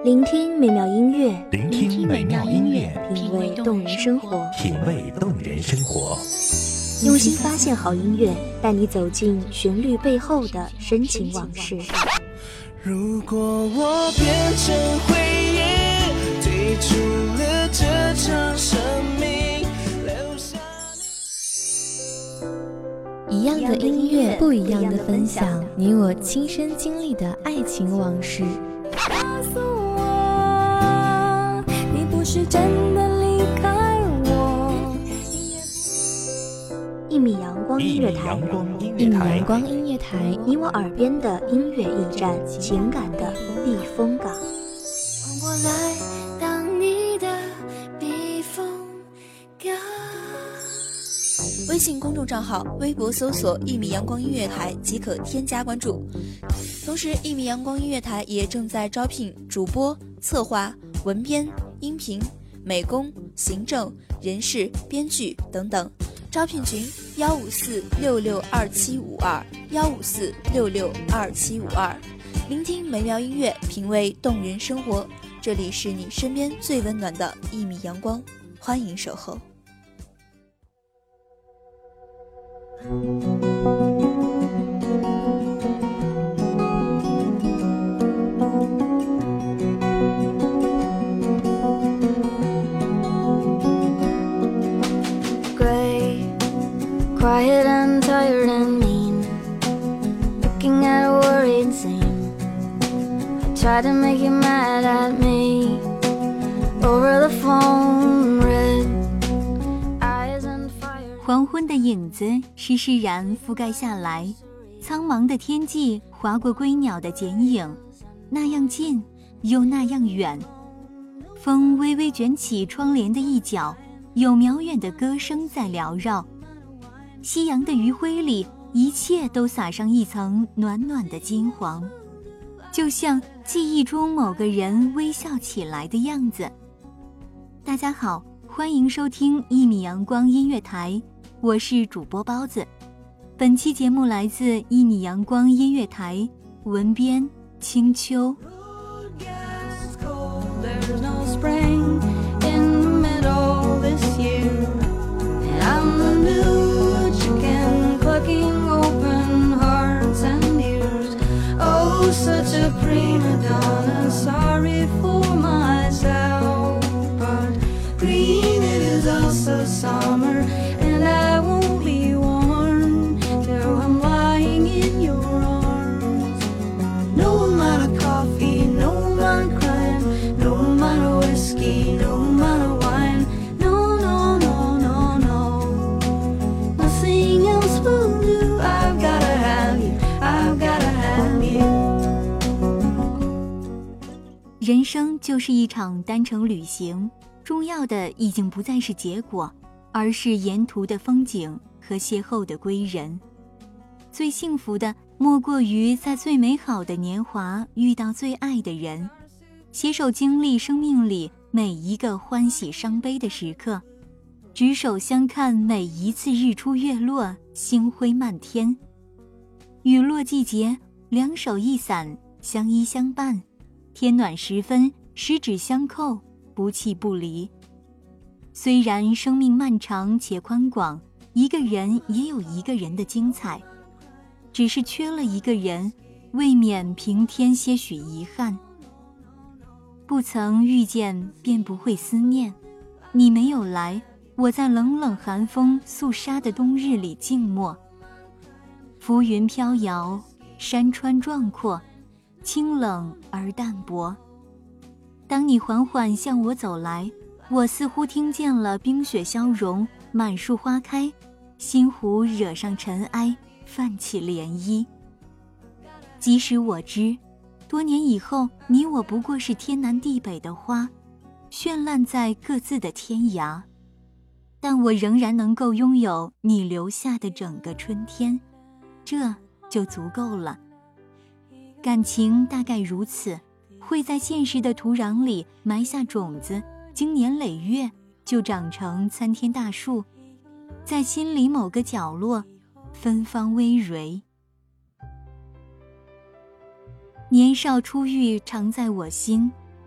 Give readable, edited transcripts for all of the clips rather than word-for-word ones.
聆听美妙音乐， 聆听美妙音乐， 品味动人生活， 品味动人生活。 用心发现好音乐，带你走进旋律背后的深情往事。 如果我变成回忆，退出了这场生命，留下一样的音乐，不一样的分享，你我亲身经历的爱情往事。 告诉我，你不是真的离开我。 一米阳光音乐台， 一米阳光音乐台， 你我耳边的音乐驿站，情感的避风港。 换我来当你的避风港。 微信公众账号、微博搜索“一米阳光音乐台”即可添加关注。同时，一米阳光音乐台也正在招聘主播、策划、文编、音频、美工、行政、人事、编剧等等。招聘群154662752，154662752。聆听美妙音乐，品味动人生活。这里是你身边最温暖的一米阳光，欢迎守候。 Quiet and tired and mean, looking at a worried scene. I tried to make you mad at me over the phone, red eyes and fire. 黄昏的影子施施然覆盖下来，苍茫的天际划过归鸟的剪影，那样近又那样远。风微微卷起窗帘的一角，有渺远的歌声在缭绕。夕阳的余晖里，一切都洒上一层暖暖的金黄，就像记忆中某个人微笑起来的样子。大家好，欢迎收听一米阳光音乐台，我是主播包子。本期节目来自一米阳光音乐台，文编清秋。 Such a prima donna, sorry for myself, but green it is also summer, and I won't be warm till I'm lying in your arms. No amount of coffee, no amount of crime, no amount of whiskey, no amount of wine, no, no, no, no, no, nothing else will do. I've gotta have you, I've gotta have you. 人生就是一场单程旅行，重要的已经不再是结果，而是沿途的风景和邂逅的归人。最幸福的莫过于在最美好的年华遇到最爱的人，携手经历生命里每一个欢喜伤悲的时刻，执手相看每一次日出月落，星辉漫天。雨落季节，两手一伞，相依相伴，天暖时分，十指相扣，不弃不离。虽然生命漫长且宽广，一个人也有一个人的精彩，只是缺了一个人，未免平添些许遗憾。不曾遇见便不会思念，你没有来，我在冷冷寒风肃杀的冬日里静默。浮云飘摇，山川壮阔，清冷而淡薄。当你缓缓向我走来，我似乎听见了冰雪消融，满树花开，心湖惹上尘埃，泛起涟漪。即使我知多年以后，你我不过是天南地北的花，绚烂在各自的天涯，但我仍然能够拥有你留下的整个春天，这就足够了。感情大概如此，会在现实的土壤里埋下种子，经年累月就长成参天大树，在心里某个角落芬芳葳蕤。年少初遇常在我心，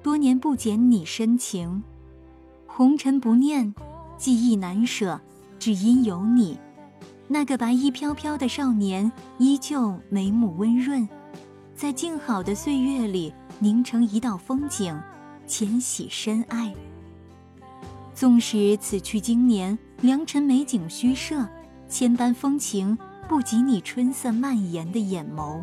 多年不减你深情。红尘不念，记忆难舍，只因有你。那个白衣飘飘的少年，依旧眉目温润，在静好的岁月里凝成一道风景，浅喜深爱。纵使此去经年，良辰美景虚设，千般风情不及你春色蔓延的眼眸。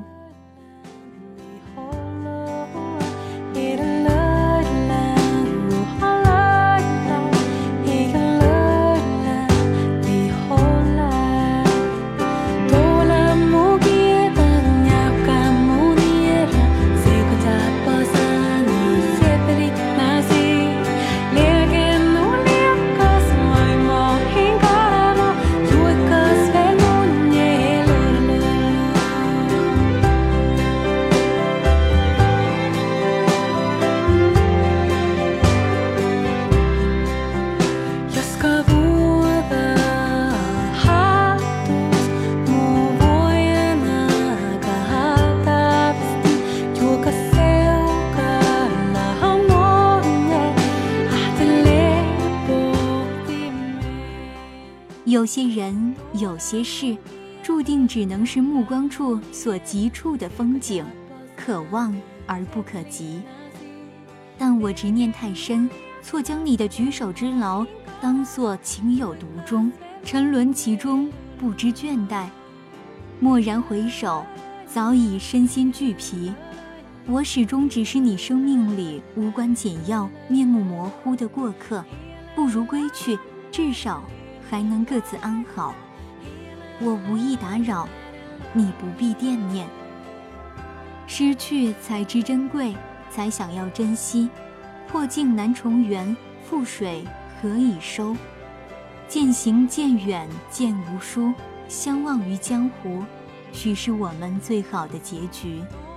有些人，有些事，注定只能是目光处所及处的风景，可望而不可及。但我执念太深，错将你的举手之劳当作情有独钟，沉沦其中，不知倦怠。蓦然回首，早已身心俱疲。我始终只是你生命里无关紧要、面目模糊的过客，不如归去，至少还能各自安好。我无意打扰，你不必惦念。失去才知珍贵，才想要珍惜。破镜难重圆，覆水何以收？渐行渐远渐无书，相忘于江湖，许是我们最好的结局。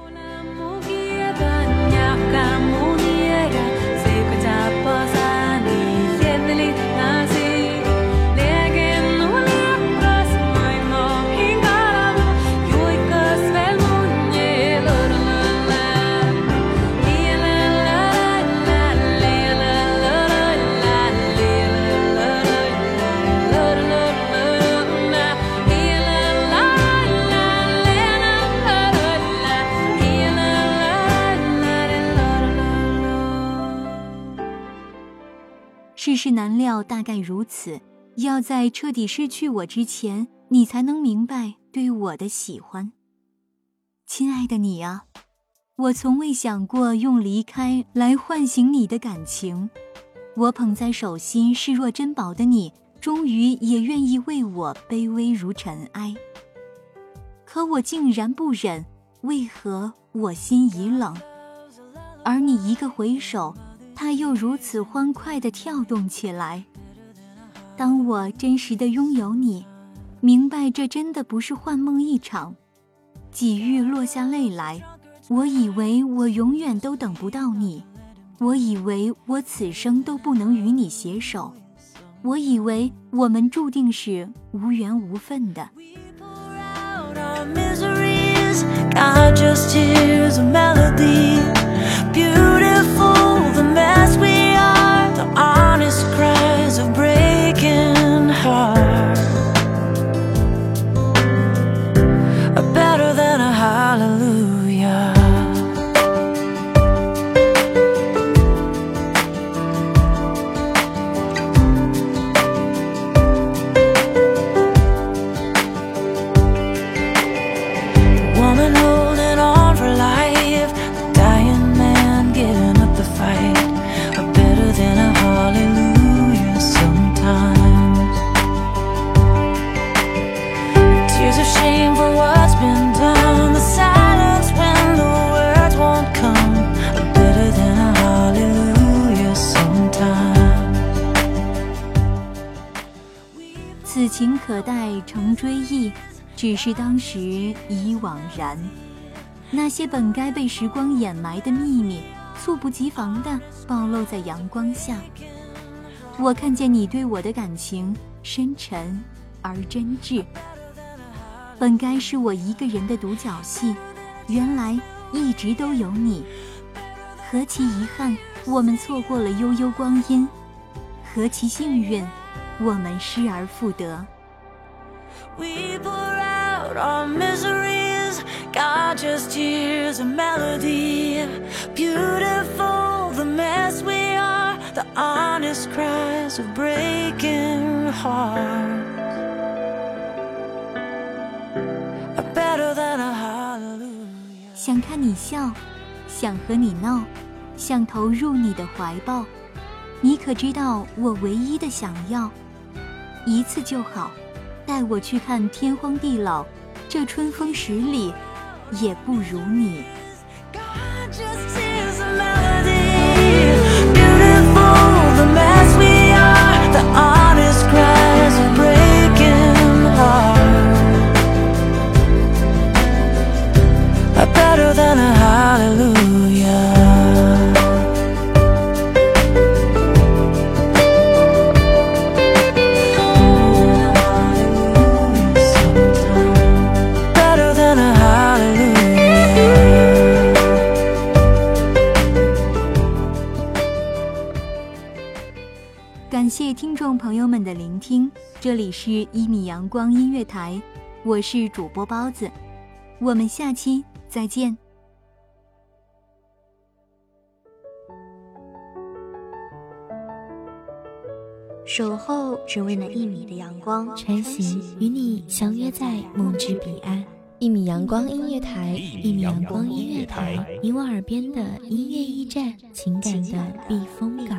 世事难料，大概如此。要在彻底失去我之前，你才能明白对我的喜欢。亲爱的你啊，我从未想过用离开来唤醒你的感情。我捧在手心视若珍宝的你，终于也愿意为我卑微如尘埃。可我竟然不忍，为何我心已冷？而你一个回首，它又如此欢快地跳动起来。当我真实地拥有你，明白这真的不是幻梦一场，几欲落下泪来。我以为我永远都等不到你，我以为我此生都不能与你携手，我以为我们注定是无缘无分的。 God just hears a melody, beautiful the mess we are, the honest cries of breaking heart are better than a hallelujah. Woman holding on for life, the dying man giving up the fight are better than a hallelujah sometimes. Tears of shame for what's been done, the silence when the words won't come are better than a hallelujah sometimes. 此情可待成追忆，只是当时已惘然。那些本该被时光掩埋的秘密，猝不及防地暴露在阳光下。我看见你对我的感情深沉而真挚。本该是我一个人的独角戏，原来一直都有你。何其遗憾， 我们错过了悠悠光阴，何其幸运，我们失而复得。 We pour out our miseries, God just hears a melody. Beautiful the mess we are, the honest cries of breaking hearts are better than a hallelujah. 想看你笑，想和你闹，想投入你的怀抱。你可知道我唯一的想要，一次就好，带我去看天荒地老，这春风十里也不如你。 God just hears a melody. Beautiful the mess we are, the honest cries of breaking heart are better than a hallelujah. Better than a hallelujah. 感谢听众朋友们的聆听，这里是1米阳光音乐台，我是主播包子，我们下期再见。 守候只为那1米的阳光， 穿行与你相约在梦之彼岸。1米阳光音乐台，1米阳光音乐台，你我耳边的音乐驿站，情感的避风港。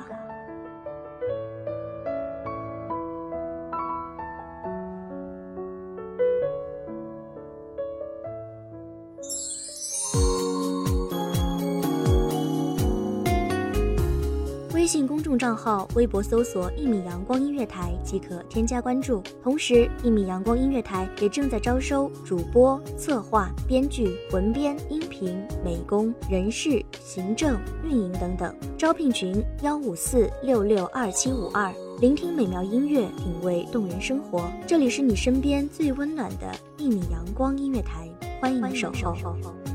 微信公众账号、微博搜索“1米阳光音乐台”即可添加关注。同时，1米阳光音乐台也正在招收主播、策划、编剧、文编、音频、美工、人事、行政、运营等等。招聘群154662752，聆听美妙音乐，品味动人生活。这里是你身边最温暖的1米阳光音乐台，欢迎守候。